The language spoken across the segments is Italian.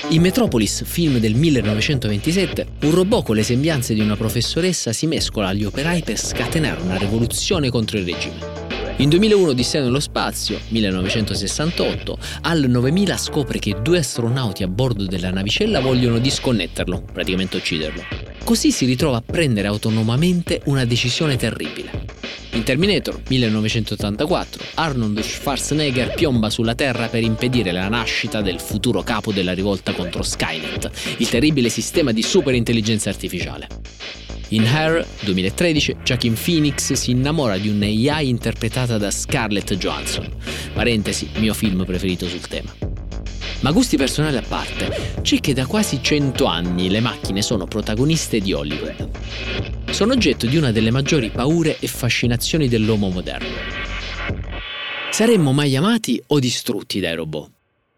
In Metropolis, film del 1927, un robot con le sembianze di una professoressa si mescola agli operai per scatenare una rivoluzione contro il regime. In 2001 Odissea nello spazio, 1968, HAL 9000 scopre che 2 astronauti a bordo della navicella vogliono disconnetterlo, praticamente ucciderlo. Così si ritrova a prendere autonomamente una decisione terribile. In Terminator 1984, Arnold Schwarzenegger piomba sulla Terra per impedire la nascita del futuro capo della rivolta contro Skynet, il terribile sistema di superintelligenza artificiale. In Her 2013, Joaquin Phoenix si innamora di un'AI interpretata da Scarlett Johansson. Parentesi, mio film preferito sul tema. Ma gusti personali a parte, c'è che da quasi 100 anni le macchine sono protagoniste di Hollywood. Sono oggetto di una delle maggiori paure e fascinazioni dell'uomo moderno. Saremmo mai amati o distrutti dai robot?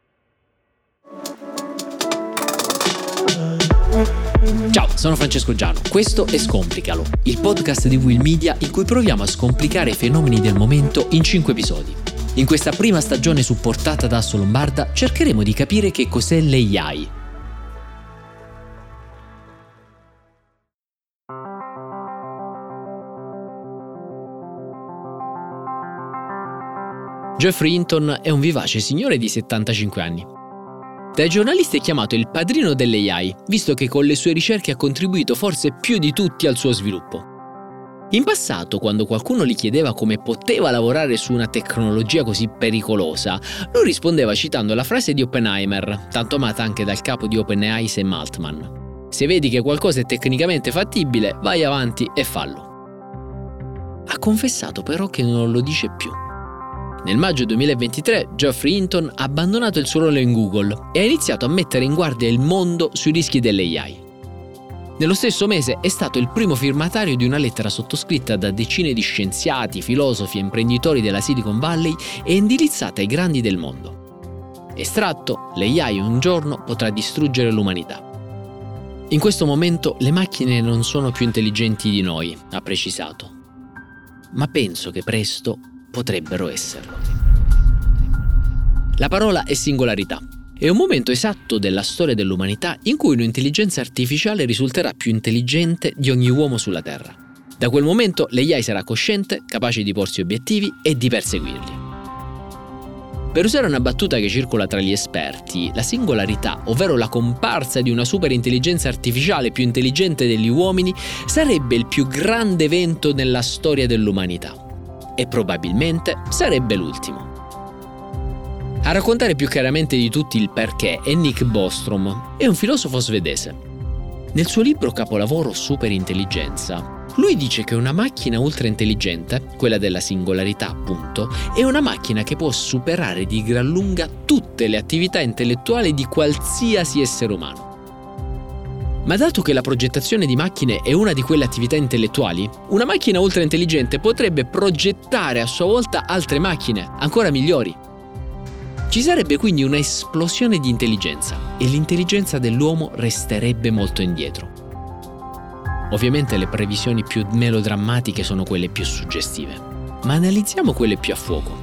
Ciao, sono Francesco Giano, questo è Scomplicalo, il podcast di Will Media in cui proviamo a scomplicare i fenomeni del momento in 5 episodi. In questa prima stagione supportata da Asso Lombarda cercheremo di capire che cos'è l'AI. Geoffrey Hinton è un vivace signore di 75 anni. Dai giornalisti è chiamato il padrino dell'AI, visto che con le sue ricerche ha contribuito forse più di tutti al suo sviluppo. In passato, quando qualcuno gli chiedeva come poteva lavorare su una tecnologia così pericolosa, lui rispondeva citando la frase di Oppenheimer, tanto amata anche dal capo di OpenAI Sam Altman. Se vedi che qualcosa è tecnicamente fattibile, vai avanti e fallo. Ha confessato però che non lo dice più. Nel maggio 2023 Geoffrey Hinton ha abbandonato il suo ruolo in Google e ha iniziato a mettere in guardia il mondo sui rischi dell'AI. Nello stesso mese è stato il primo firmatario di una lettera sottoscritta da decine di scienziati, filosofi e imprenditori della Silicon Valley e indirizzata ai grandi del mondo. Estratto, l'AI un giorno potrà distruggere l'umanità. In questo momento le macchine non sono più intelligenti di noi, ha precisato. Ma penso che presto potrebbero esserlo. La parola è singolarità. È un momento esatto della storia dell'umanità in cui un'intelligenza artificiale risulterà più intelligente di ogni uomo sulla Terra. Da quel momento l'AI sarà cosciente, capace di porsi obiettivi e di perseguirli. Per usare una battuta che circola tra gli esperti, la singolarità, ovvero la comparsa di una superintelligenza artificiale più intelligente degli uomini, sarebbe il più grande evento nella storia dell'umanità. E probabilmente sarebbe l'ultimo. A raccontare più chiaramente di tutti il perché è Nick Bostrom, è un filosofo svedese. Nel suo libro capolavoro Superintelligenza, lui dice che una macchina ultraintelligente, quella della singolarità appunto, è una macchina che può superare di gran lunga tutte le attività intellettuali di qualsiasi essere umano. Ma dato che la progettazione di macchine è una di quelle attività intellettuali, una macchina ultraintelligente potrebbe progettare a sua volta altre macchine, ancora migliori. Ci sarebbe quindi una esplosione di intelligenza e l'intelligenza dell'uomo resterebbe molto indietro. Ovviamente le previsioni più melodrammatiche sono quelle più suggestive, ma analizziamo quelle più a fuoco.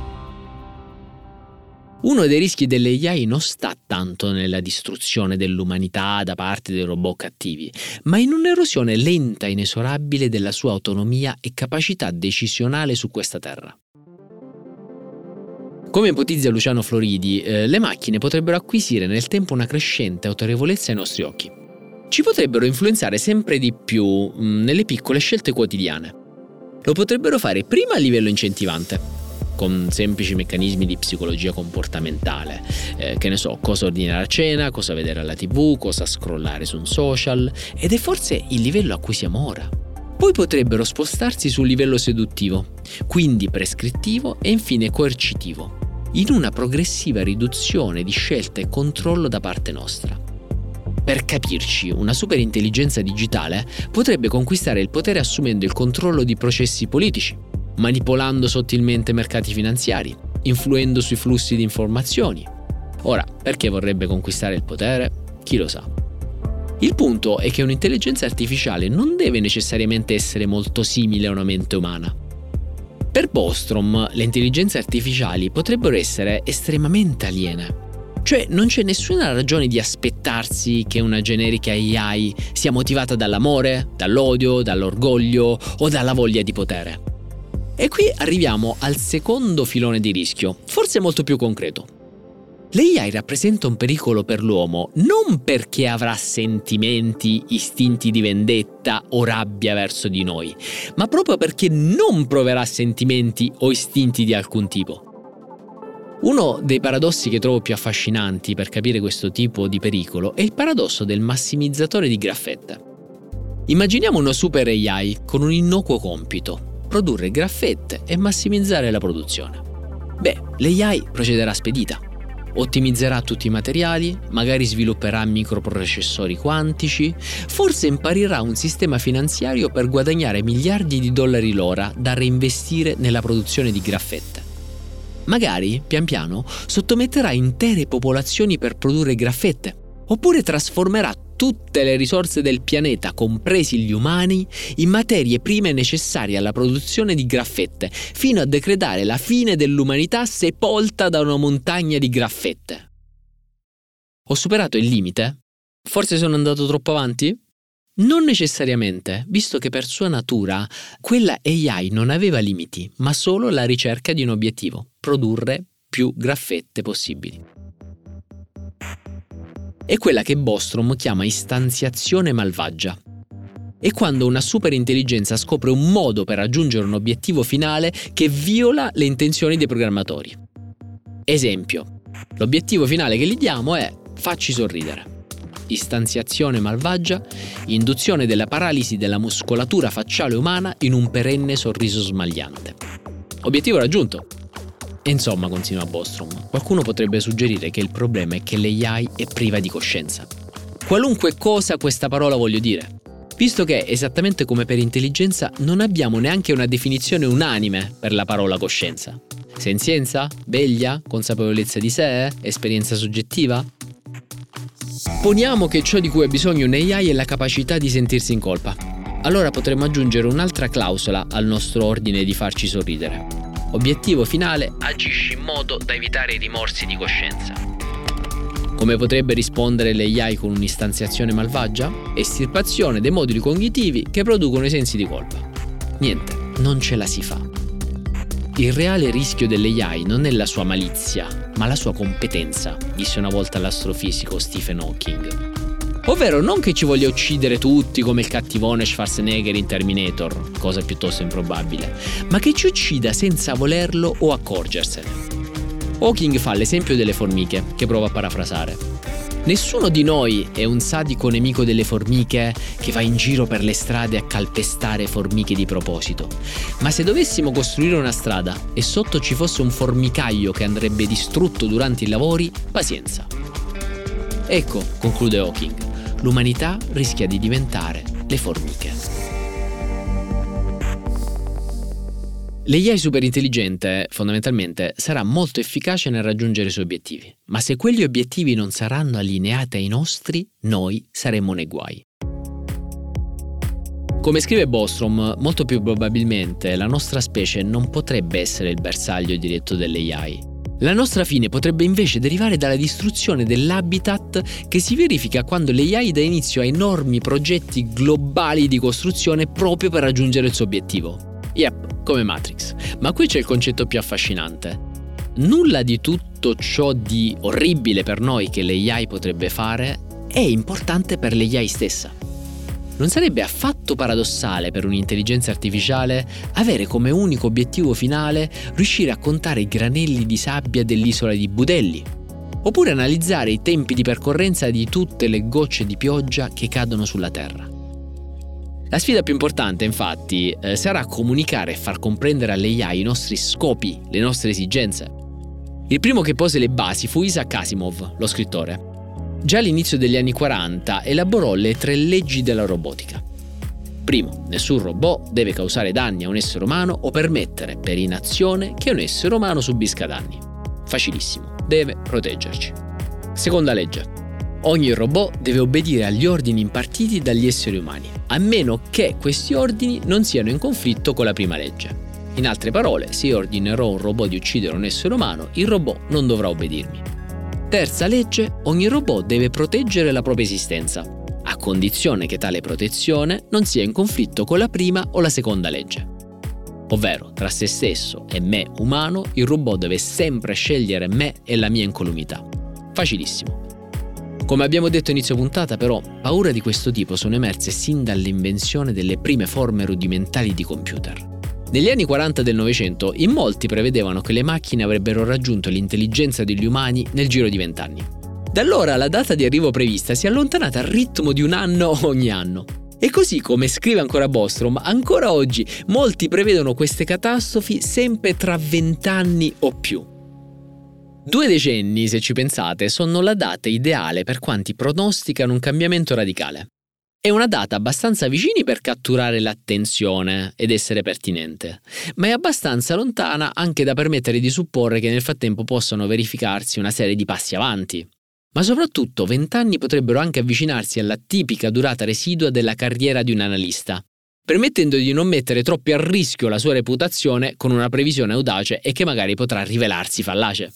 Uno dei rischi delle AI non sta tanto nella distruzione dell'umanità da parte dei robot cattivi, ma in un'erosione lenta e inesorabile della sua autonomia e capacità decisionale su questa terra. Come ipotizza Luciano Floridi, le macchine potrebbero acquisire nel tempo una crescente autorevolezza ai nostri occhi. Ci potrebbero influenzare sempre di più nelle piccole scelte quotidiane. Lo potrebbero fare prima a livello incentivante, con semplici meccanismi di psicologia comportamentale, che ne so, cosa ordinare a cena, cosa vedere alla TV, cosa scrollare su un social, ed è forse il livello a cui siamo ora. Poi potrebbero spostarsi sul livello seduttivo, quindi prescrittivo e infine coercitivo, in una progressiva riduzione di scelta e controllo da parte nostra. Per capirci, una superintelligenza digitale potrebbe conquistare il potere assumendo il controllo di processi politici, manipolando sottilmente mercati finanziari, influendo sui flussi di informazioni. Ora, perché vorrebbe conquistare il potere? Chi lo sa. Il punto è che un'intelligenza artificiale non deve necessariamente essere molto simile a una mente umana. Per Bostrom, le intelligenze artificiali potrebbero essere estremamente aliene. Cioè non c'è nessuna ragione di aspettarsi che una generica AI sia motivata dall'amore, dall'odio, dall'orgoglio o dalla voglia di potere. E qui arriviamo al secondo filone di rischio, forse molto più concreto. L'AI rappresenta un pericolo per l'uomo non perché avrà sentimenti, istinti di vendetta o rabbia verso di noi, ma proprio perché non proverà sentimenti o istinti di alcun tipo. Uno dei paradossi che trovo più affascinanti per capire questo tipo di pericolo è il paradosso del massimizzatore di graffette. Immaginiamo una super AI con un innocuo compito: produrre graffette e massimizzare la produzione. L'AI procederà spedita. Ottimizzerà tutti i materiali, magari svilupperà microprocessori quantici, forse imparerà un sistema finanziario per guadagnare miliardi di dollari l'ora da reinvestire nella produzione di graffette. Magari, pian piano, sottometterà intere popolazioni per produrre graffette, oppure trasformerà tutte le risorse del pianeta, compresi gli umani, in materie prime necessarie alla produzione di graffette, fino a decretare la fine dell'umanità sepolta da una montagna di graffette. Ho superato il limite? Forse sono andato troppo avanti? Non necessariamente, visto che per sua natura quella AI non aveva limiti, ma solo la ricerca di un obiettivo: produrre più graffette possibili. È quella che Bostrom chiama istanziazione malvagia. È quando una superintelligenza scopre un modo per raggiungere un obiettivo finale che viola le intenzioni dei programmatori. Esempio, l'obiettivo finale che gli diamo è: facci sorridere. Istanziazione malvagia, induzione della paralisi della muscolatura facciale umana in un perenne sorriso smagliante. Obiettivo raggiunto. E insomma, continua Bostrom, qualcuno potrebbe suggerire che il problema è che l'AI è priva di coscienza. Qualunque cosa questa parola voglio dire, visto che, esattamente come per intelligenza, non abbiamo neanche una definizione unanime per la parola coscienza. Senzienza? Veglia? Consapevolezza di sé? Esperienza soggettiva? Poniamo che ciò di cui ha bisogno un AI è la capacità di sentirsi in colpa. Allora potremmo aggiungere un'altra clausola al nostro ordine di farci sorridere. Obiettivo finale: agisci in modo da evitare i rimorsi di coscienza. Come potrebbe rispondere l'AI con un'istanziazione malvagia? Estirpazione dei moduli cognitivi che producono i sensi di colpa. Niente, non ce la si fa. Il reale rischio dell'AI non è la sua malizia, ma la sua competenza, disse una volta l'astrofisico Stephen Hawking. Ovvero non che ci voglia uccidere tutti come il cattivone Schwarzenegger in Terminator, cosa piuttosto improbabile, ma che ci uccida senza volerlo o accorgersene. Hawking fa l'esempio delle formiche, che provo a parafrasare. Nessuno di noi è un sadico nemico delle formiche che va in giro per le strade a calpestare formiche di proposito. Ma se dovessimo costruire una strada e sotto ci fosse un formicaio che andrebbe distrutto durante i lavori, pazienza. Ecco, conclude Hawking, l'umanità rischia di diventare le formiche. L'AI superintelligente, fondamentalmente, sarà molto efficace nel raggiungere i suoi obiettivi, ma se quegli obiettivi non saranno allineati ai nostri, noi saremo nei guai. Come scrive Bostrom, molto più probabilmente la nostra specie non potrebbe essere il bersaglio diretto dell'AI. La nostra fine potrebbe invece derivare dalla distruzione dell'habitat che si verifica quando l'AI dà inizio a enormi progetti globali di costruzione proprio per raggiungere il suo obiettivo. Yep, come Matrix. Ma qui c'è il concetto più affascinante. Nulla di tutto ciò di orribile per noi che l'AI potrebbe fare è importante per l'AI stessa. Non sarebbe affatto paradossale per un'intelligenza artificiale avere come unico obiettivo finale riuscire a contare i granelli di sabbia dell'isola di Budelli, oppure analizzare i tempi di percorrenza di tutte le gocce di pioggia che cadono sulla Terra. La sfida più importante, infatti, sarà comunicare e far comprendere all'AI i nostri scopi, le nostre esigenze. Il primo che pose le basi fu Isaac Asimov, lo scrittore. Già all'inizio degli anni 40 elaborò le 3 leggi della robotica. Primo, nessun robot deve causare danni a un essere umano o permettere per inazione che un essere umano subisca danni. Facilissimo, deve proteggerci. Seconda legge. Ogni robot deve obbedire agli ordini impartiti dagli esseri umani, a meno che questi ordini non siano in conflitto con la prima legge. In altre parole, se io ordinerò a un robot di uccidere un essere umano, il robot non dovrà obbedirmi. Terza legge, ogni robot deve proteggere la propria esistenza, a condizione che tale protezione non sia in conflitto con la prima o la seconda legge. Ovvero, tra se stesso e me umano, il robot deve sempre scegliere me e la mia incolumità. Facilissimo. Come abbiamo detto a inizio puntata, però, paure di questo tipo sono emerse sin dall'invenzione delle prime forme rudimentali di computer. Negli anni 40 del Novecento, in molti prevedevano che le macchine avrebbero raggiunto l'intelligenza degli umani nel giro di 20 anni. Da allora la data di arrivo prevista si è allontanata al ritmo di un anno ogni anno. E così, come scrive ancora Bostrom, ancora oggi molti prevedono queste catastrofi sempre tra 20 anni o più. 2 decenni, se ci pensate, sono la data ideale per quanti pronosticano un cambiamento radicale. È una data abbastanza vicina per catturare l'attenzione ed essere pertinente, ma è abbastanza lontana anche da permettere di supporre che nel frattempo possano verificarsi una serie di passi avanti. Ma soprattutto 20 anni potrebbero anche avvicinarsi alla tipica durata residua della carriera di un analista, permettendo di non mettere troppo a rischio la sua reputazione con una previsione audace e che magari potrà rivelarsi fallace.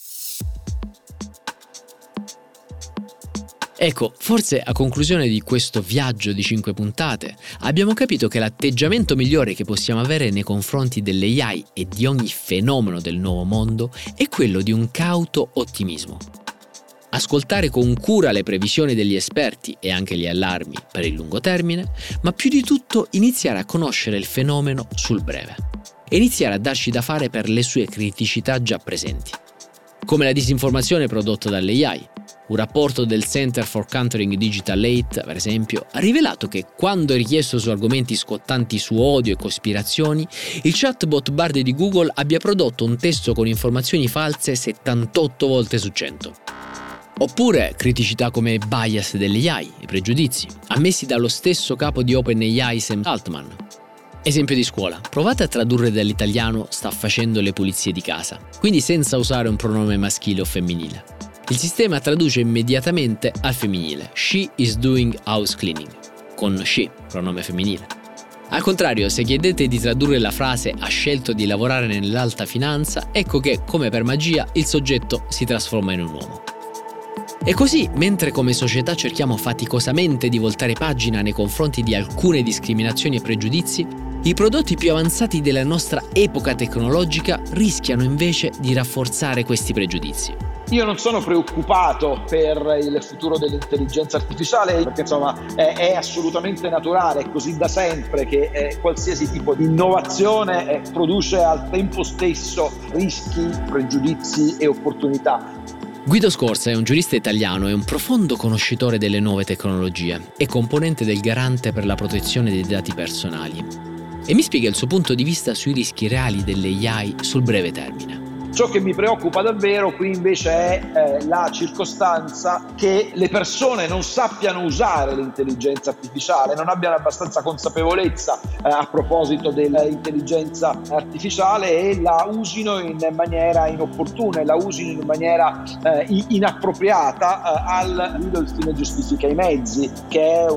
Ecco, forse a conclusione di questo viaggio di 5 puntate abbiamo capito che l'atteggiamento migliore che possiamo avere nei confronti dell'AI e di ogni fenomeno del nuovo mondo è quello di un cauto ottimismo. Ascoltare con cura le previsioni degli esperti e anche gli allarmi per il lungo termine, ma più di tutto iniziare a conoscere il fenomeno sul breve e iniziare a darci da fare per le sue criticità già presenti. Come la disinformazione prodotta dall'AI. Un rapporto del Center for Countering Digital Hate, per esempio, ha rivelato che quando richiesto su argomenti scottanti su odio e cospirazioni, il chatbot Bard di Google abbia prodotto un testo con informazioni false 78 volte su 100. Oppure criticità come bias dell'AI, i pregiudizi, ammessi dallo stesso capo di OpenAI Sam Altman. Esempio di scuola, provate a tradurre dall'italiano sta facendo le pulizie di casa, quindi senza usare un pronome maschile o femminile. Il sistema traduce immediatamente al femminile, she is doing house cleaning, con she, pronome femminile. Al contrario, se chiedete di tradurre la frase ha scelto di lavorare nell'alta finanza, ecco che, come per magia, il soggetto si trasforma in un uomo. E così, mentre come società cerchiamo faticosamente di voltare pagina nei confronti di alcune discriminazioni e pregiudizi, i prodotti più avanzati della nostra epoca tecnologica rischiano invece di rafforzare questi pregiudizi. Io non sono preoccupato per il futuro dell'intelligenza artificiale perché insomma è assolutamente naturale, è così da sempre che qualsiasi tipo di innovazione produce al tempo stesso rischi, pregiudizi e opportunità. Guido Scorza è un giurista italiano e un profondo conoscitore delle nuove tecnologie e componente del Garante per la protezione dei dati personali. E mi spiega il suo punto di vista sui rischi reali delle AI sul breve termine. Ciò che mi preoccupa davvero qui invece è la circostanza che le persone non sappiano usare l'intelligenza artificiale, non abbiano abbastanza consapevolezza a proposito dell'intelligenza artificiale e la usino in maniera inopportuna, la usino in maniera inappropriata al grido il fine giustifica i mezzi, che è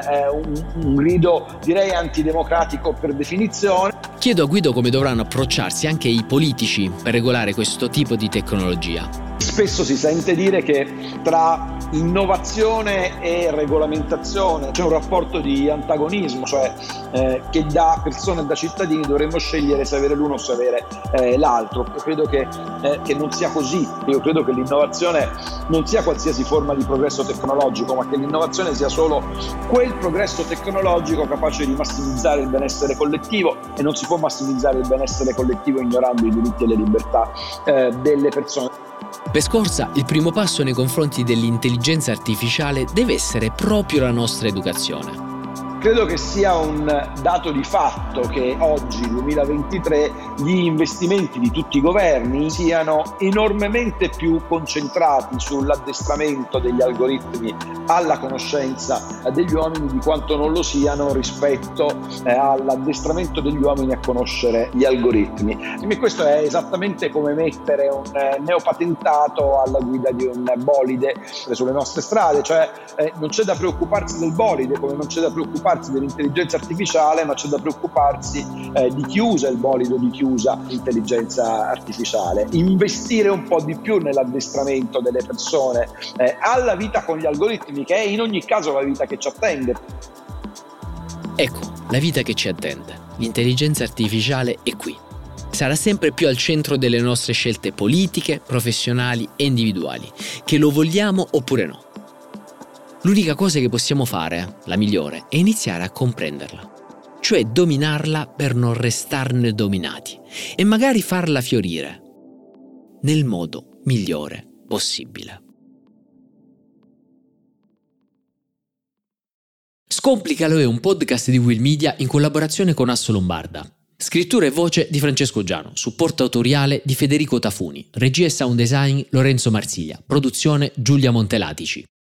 un grido direi antidemocratico per definizione. Chiedo a Guido come dovranno approcciarsi anche i politici per regolare questo tipo di tecnologia. Spesso si sente dire che tra innovazione e regolamentazione c'è un rapporto di antagonismo, cioè che da persone e da cittadini dovremmo scegliere se avere l'uno o se avere l'altro. Io credo che non sia così. Io credo che l'innovazione non sia qualsiasi forma di progresso tecnologico, ma che l'innovazione sia solo quel progresso tecnologico capace di massimizzare il benessere collettivo, e non si può massimizzare il benessere collettivo ignorando i diritti e le libertà delle persone. Per Scorza, il primo passo nei confronti dell'intelligenza artificiale deve essere proprio la nostra educazione. Credo che sia un dato di fatto che oggi, 2023, gli investimenti di tutti i governi siano enormemente più concentrati sull'addestramento degli algoritmi alla conoscenza degli uomini di quanto non lo siano rispetto all'addestramento degli uomini a conoscere gli algoritmi. E questo è esattamente come mettere un neopatentato alla guida di un bolide sulle nostre strade, cioè non c'è da preoccuparsi del bolide come non c'è da preoccuparsi preoccuparsi dell'intelligenza artificiale, ma c'è da preoccuparsi di chi usa il bolido, di chi usa l'intelligenza artificiale. Investire un po' di più nell'addestramento delle persone alla vita con gli algoritmi, che è in ogni caso la vita che ci attende. Ecco, la vita che ci attende. L'intelligenza artificiale è qui. Sarà sempre più al centro delle nostre scelte politiche, professionali e individuali, che lo vogliamo oppure no. L'unica cosa che possiamo fare, la migliore, è iniziare a comprenderla, cioè dominarla per non restarne dominati e magari farla fiorire nel modo migliore possibile. Scomplicalo è un podcast di Will Media in collaborazione con Asso Lombarda. Scrittura e voce di Francesco Giano, supporto autoriale di Federico Tafuni, regia e sound design Lorenzo Marsiglia, produzione Giulia Montelatici.